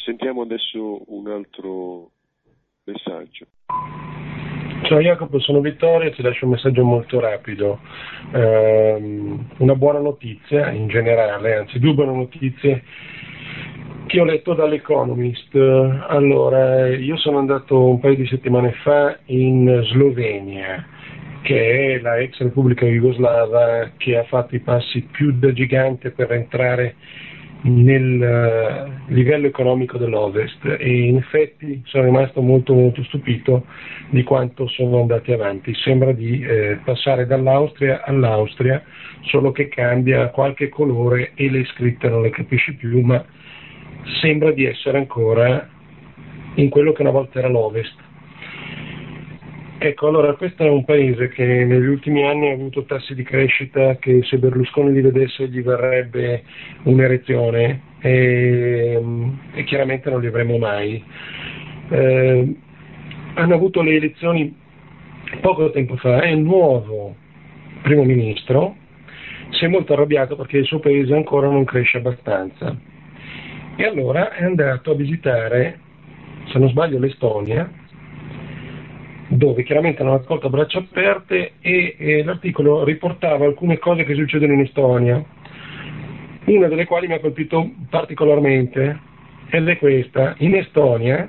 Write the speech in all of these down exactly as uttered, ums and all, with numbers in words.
Sentiamo adesso un altro messaggio. Ciao Jacopo, sono Vittorio, ti lascio un messaggio molto rapido. Um, una buona notizia in generale, anzi due buone notizie che ho letto dall'Economist. Allora, io sono andato un paio di settimane fa in Slovenia, che è la ex Repubblica Jugoslava che ha fatto i passi più da gigante per entrare nel uh, livello economico dell'Ovest, e in effetti sono rimasto molto molto stupito di quanto sono andati avanti. Sembra di eh, passare dall'Austria all'Austria, solo che cambia qualche colore e le scritte non le capisci più, ma sembra di essere ancora in quello che una volta era l'Ovest. Ecco, allora questo è un paese che negli ultimi anni ha avuto tassi di crescita che, se Berlusconi li vedesse, gli verrebbe un'erezione, e, e chiaramente non li avremo mai. Eh, hanno avuto le elezioni poco tempo fa e il nuovo primo ministro si è molto arrabbiato perché il suo paese ancora non cresce abbastanza. E allora è andato a visitare, se non sbaglio, l'Estonia, dove chiaramente hanno accolto a braccia aperte, e, e l'articolo riportava alcune cose che succedono in Estonia, una delle quali mi ha colpito particolarmente, ed è questa: in Estonia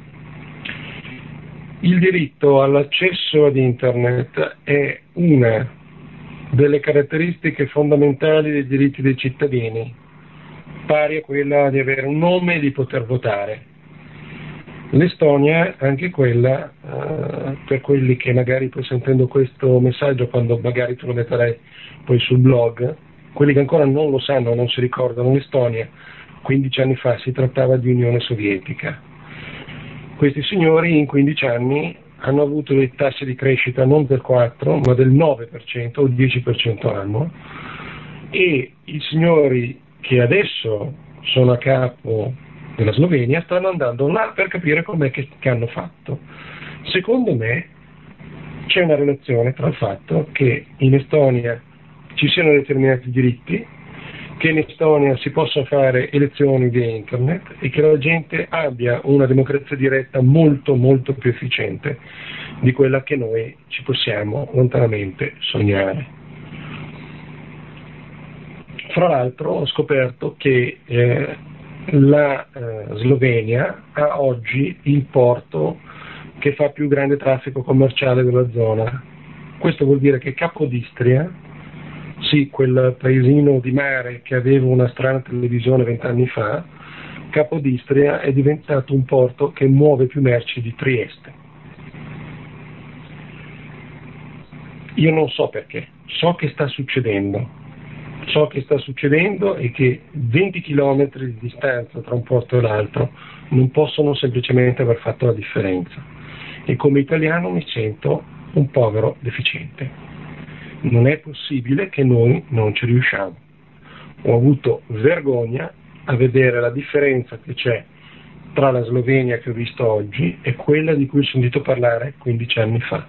il diritto all'accesso ad internet è una delle caratteristiche fondamentali dei diritti dei cittadini, pari a quella di avere un nome e di poter votare. L'Estonia, anche quella, eh, per quelli che magari poi, sentendo questo messaggio, quando magari te lo metterai poi sul blog, quelli che ancora non lo sanno, non si ricordano, l'Estonia quindici anni fa si trattava di Unione Sovietica. Questi signori in quindici anni hanno avuto dei tassi di crescita non del quattro ma del nove per cento o dieci per cento annuo, e i signori che adesso sono a capo della Slovenia stanno andando là per capire com'è che, che hanno fatto. Secondo me c'è una relazione tra il fatto che in Estonia ci siano determinati diritti, che in Estonia si possa fare elezioni via internet e che la gente abbia una democrazia diretta molto molto più efficiente di quella che noi ci possiamo lontanamente sognare. Fra l'altro ho scoperto che eh, la eh, Slovenia ha oggi il porto che fa più grande traffico commerciale della zona. Questo vuol dire che Capodistria, sì, quel paesino di mare che aveva una strana televisione vent'anni fa, Capodistria è diventato un porto che muove più merci di Trieste. Io non so perché, so che sta succedendo. So che sta succedendo e che venti chilometri di distanza tra un porto e l'altro non possono semplicemente aver fatto la differenza. E come italiano mi sento un povero deficiente. Non è possibile che noi non ci riusciamo. Ho avuto vergogna a vedere la differenza che c'è tra la Slovenia che ho visto oggi e quella di cui ho sentito parlare quindici anni fa.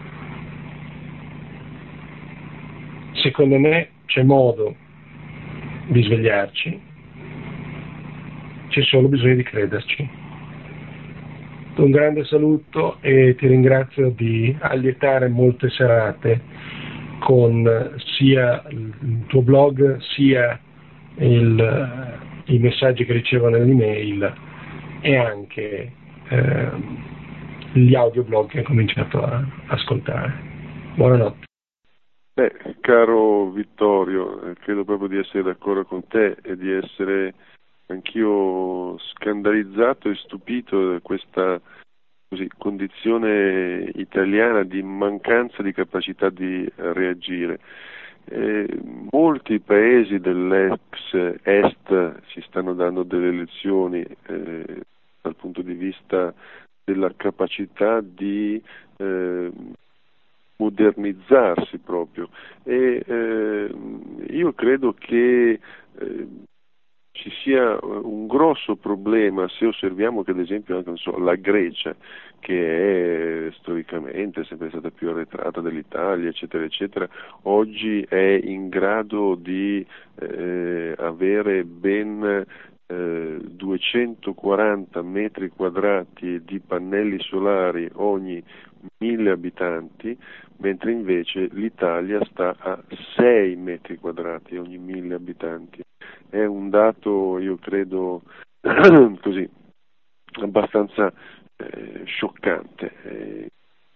Secondo me c'è modo di svegliarci, c'è solo bisogno di crederci. Un grande saluto e ti ringrazio di allietare molte serate con sia il tuo blog sia il, i messaggi che ricevo nell'email e anche eh, gli audioblog che ho cominciato a ascoltare. Buonanotte. Beh, caro Vittorio, credo proprio di essere d'accordo con te e di essere anch'io scandalizzato e stupito da questa così, condizione italiana di mancanza di capacità di reagire. Eh, molti paesi dell'ex est si stanno dando delle lezioni eh, dal punto di vista della capacità di eh, modernizzarsi proprio, e eh, io credo che eh, ci sia un grosso problema se osserviamo che ad esempio anche, non so, la Grecia, che è storicamente sempre stata più arretrata dell'Italia eccetera eccetera, oggi è in grado di eh, avere ben eh, duecentoquaranta metri quadrati di pannelli solari ogni mille abitanti, mentre invece l'Italia sta a sei metri quadrati ogni mille abitanti. È un dato, io credo, così, abbastanza eh, scioccante. Eh,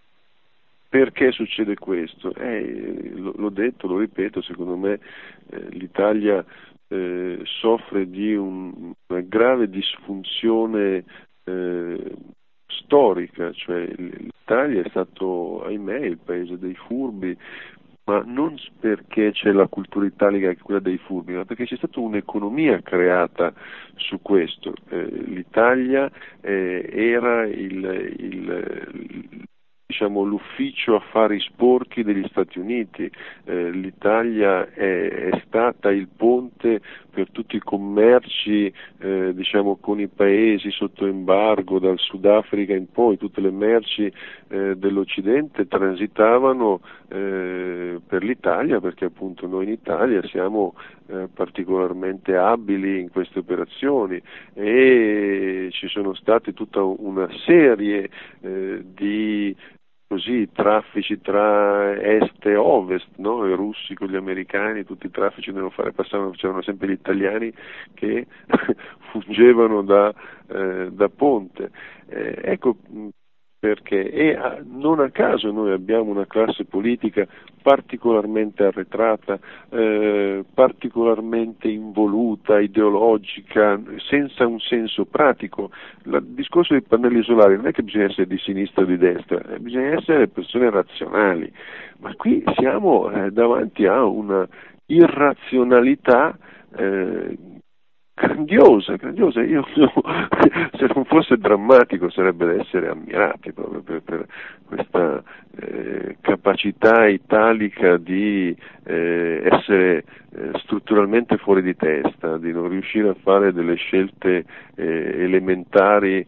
perché succede questo? Eh, l'ho detto, lo ripeto, secondo me eh, l'Italia eh, soffre di un, una grave disfunzione eh, storica, cioè l'Italia è stato, ahimè, il paese dei furbi, ma non perché c'è la cultura italica che è quella dei furbi, ma perché c'è stata un'economia creata su questo. Eh, L'Italia eh, era il, il diciamo l'ufficio affari sporchi degli Stati Uniti, eh, l'Italia è, è stata il ponte per tutti i commerci eh, diciamo con i paesi sotto embargo, dal Sudafrica in poi, tutte le merci eh, dell'Occidente transitavano eh, per l'Italia, perché appunto noi in Italia siamo eh, particolarmente abili in queste operazioni, e ci sono state tutta una serie eh, di così traffici tra est e ovest, no? I russi con gli americani, tutti i traffici devono fare, passavano, c'erano sempre gli italiani che fungevano da, eh, da ponte. Eh, ecco perché, e a, non a caso noi abbiamo una classe politica particolarmente arretrata, eh, particolarmente involuta, ideologica, senza un senso pratico. Il discorso dei pannelli solari non è che bisogna essere di sinistra o di destra, eh, bisogna essere persone razionali, ma qui siamo eh, davanti a una irrazionalità eh, grandiosa, grandiosa. Io no, se non fosse drammatico sarebbe da essere ammirati proprio per, per questa eh, capacità italica di eh, essere eh, strutturalmente fuori di testa, di non riuscire a fare delle scelte eh, elementari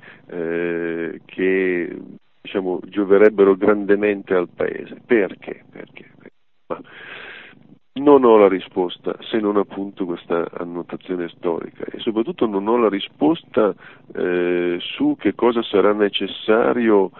eh, che diciamo gioverebbero grandemente al paese. Perché? Perché? Perché? Ma, non ho la risposta, se non appunto questa annotazione storica, e soprattutto non ho la risposta eh, su che cosa sarà necessario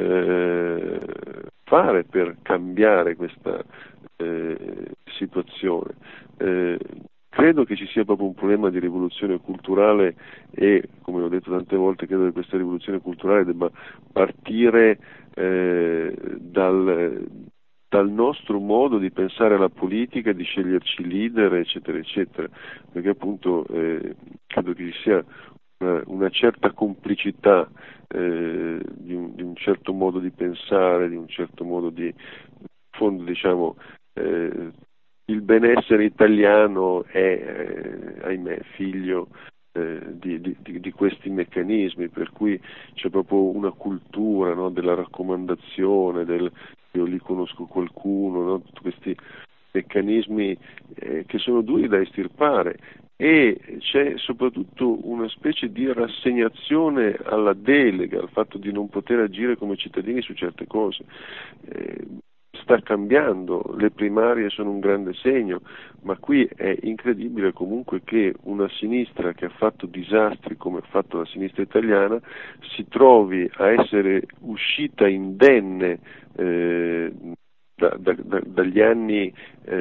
eh, fare per cambiare questa eh, situazione. Eh, credo che ci sia proprio un problema di rivoluzione culturale e, come ho detto tante volte, credo che questa rivoluzione culturale debba partire eh, dal dal nostro modo di pensare alla politica, di sceglierci leader, eccetera, eccetera, perché appunto eh, credo che ci sia una, una certa complicità eh, di, un, di un certo modo di pensare, di un certo modo di, in fondo diciamo, eh, il benessere italiano è, eh, ahimè, figlio eh, di, di, di questi meccanismi, per cui c'è proprio una cultura, no, della raccomandazione, del io lì conosco qualcuno, no? Tutti questi meccanismi eh, che sono duri da estirpare, e c'è soprattutto una specie di rassegnazione alla delega, al fatto di non poter agire come cittadini su certe cose. Eh, sta cambiando, le primarie sono un grande segno, ma qui è incredibile comunque che una sinistra che ha fatto disastri come ha fatto la sinistra italiana si trovi a essere uscita indenne eh, da, da, da, dagli anni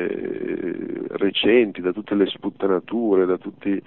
eh, recenti, da tutte le sputtanature, da tutte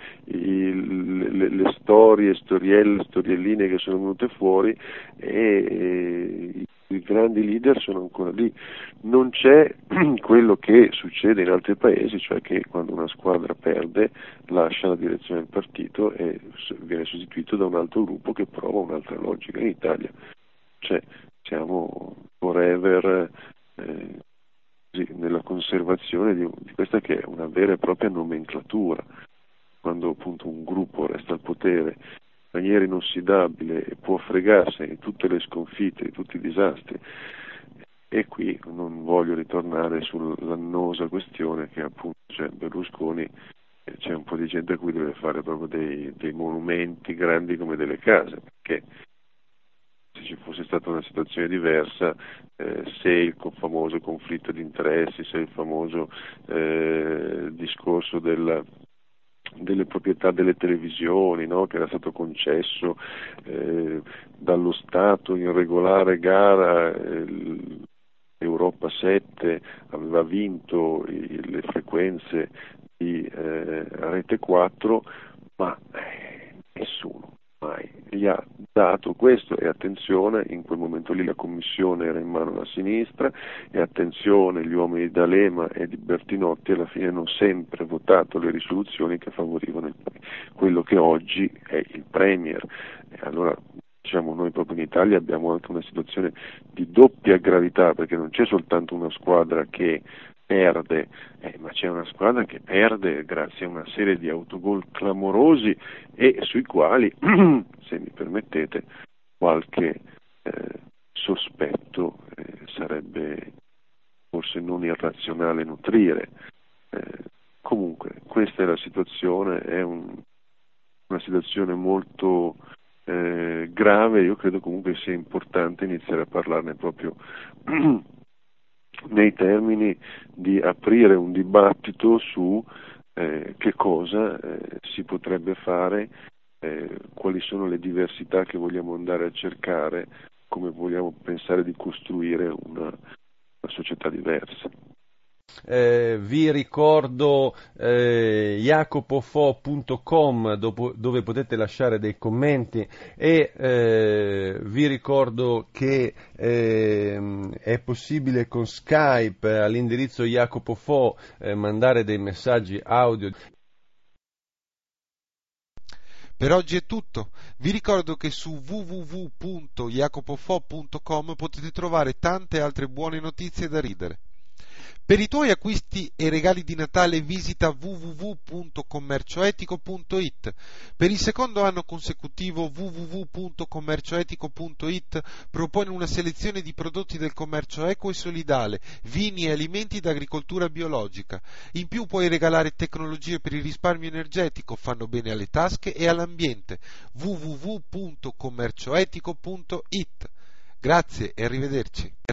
le, le storie, storielle, storielline che sono venute fuori, e, e i grandi leader sono ancora lì. Non c'è quello che succede in altri paesi, cioè che quando una squadra perde lascia la direzione del partito e viene sostituito da un altro gruppo che prova un'altra logica. In Italia cioè, siamo forever eh, così, nella conservazione di, di questa che è una vera e propria nomenclatura. Quando appunto un gruppo resta al potere in maniera inossidabile e può fregarsi di tutte le sconfitte, di tutti i disastri. E qui non voglio ritornare sull'annosa questione che appunto c'è Berlusconi, c'è un po' di gente a cui deve fare proprio dei, dei monumenti grandi come delle case, perché se ci fosse stata una situazione diversa, eh, se il famoso conflitto di interessi, se il famoso eh, discorso del delle proprietà delle televisioni, no? Che era stato concesso eh, dallo Stato in regolare gara, eh, Europa sette aveva vinto i, le frequenze di eh, Rete quattro, ma eh, nessuno mai gli ha dato questo. E attenzione, in quel momento lì la commissione era in mano alla sinistra, e attenzione, gli uomini di D'Alema e di Bertinotti alla fine hanno sempre votato le risoluzioni che favorivano il, quello che oggi è il Premier. E allora, diciamo, noi proprio in Italia abbiamo anche una situazione di doppia gravità, perché non c'è soltanto una squadra che perde, eh, ma c'è una squadra che perde grazie a una serie di autogol clamorosi e sui quali, se mi permettete, qualche eh, sospetto eh, sarebbe forse non irrazionale nutrire. Eh, comunque, questa è la situazione, è un, una situazione molto eh, grave. Io credo comunque sia importante iniziare a parlarne proprio nei termini di aprire un dibattito su eh, che cosa eh, si potrebbe fare, eh, quali sono le diversità che vogliamo andare a cercare, come vogliamo pensare di costruire una, una società diversa. Eh, vi ricordo eh, jacopofo punto com dopo, dove potete lasciare dei commenti, e eh, vi ricordo che eh, è possibile con Skype all'indirizzo jacopofo eh, mandare dei messaggi audio. Per oggi è tutto. Vi ricordo che su w w w punto jacopofo punto com potete trovare tante altre buone notizie da ridere. Per i tuoi acquisti e regali di Natale visita w w w punto commercioetico punto i t. Per il secondo anno consecutivo w w w punto commercioetico punto i t propone una selezione di prodotti del commercio equo e solidale, vini e alimenti d'agricoltura biologica. In più puoi regalare tecnologie per il risparmio energetico, fanno bene alle tasche e all'ambiente. w w w punto commercioetico punto i t. Grazie e arrivederci.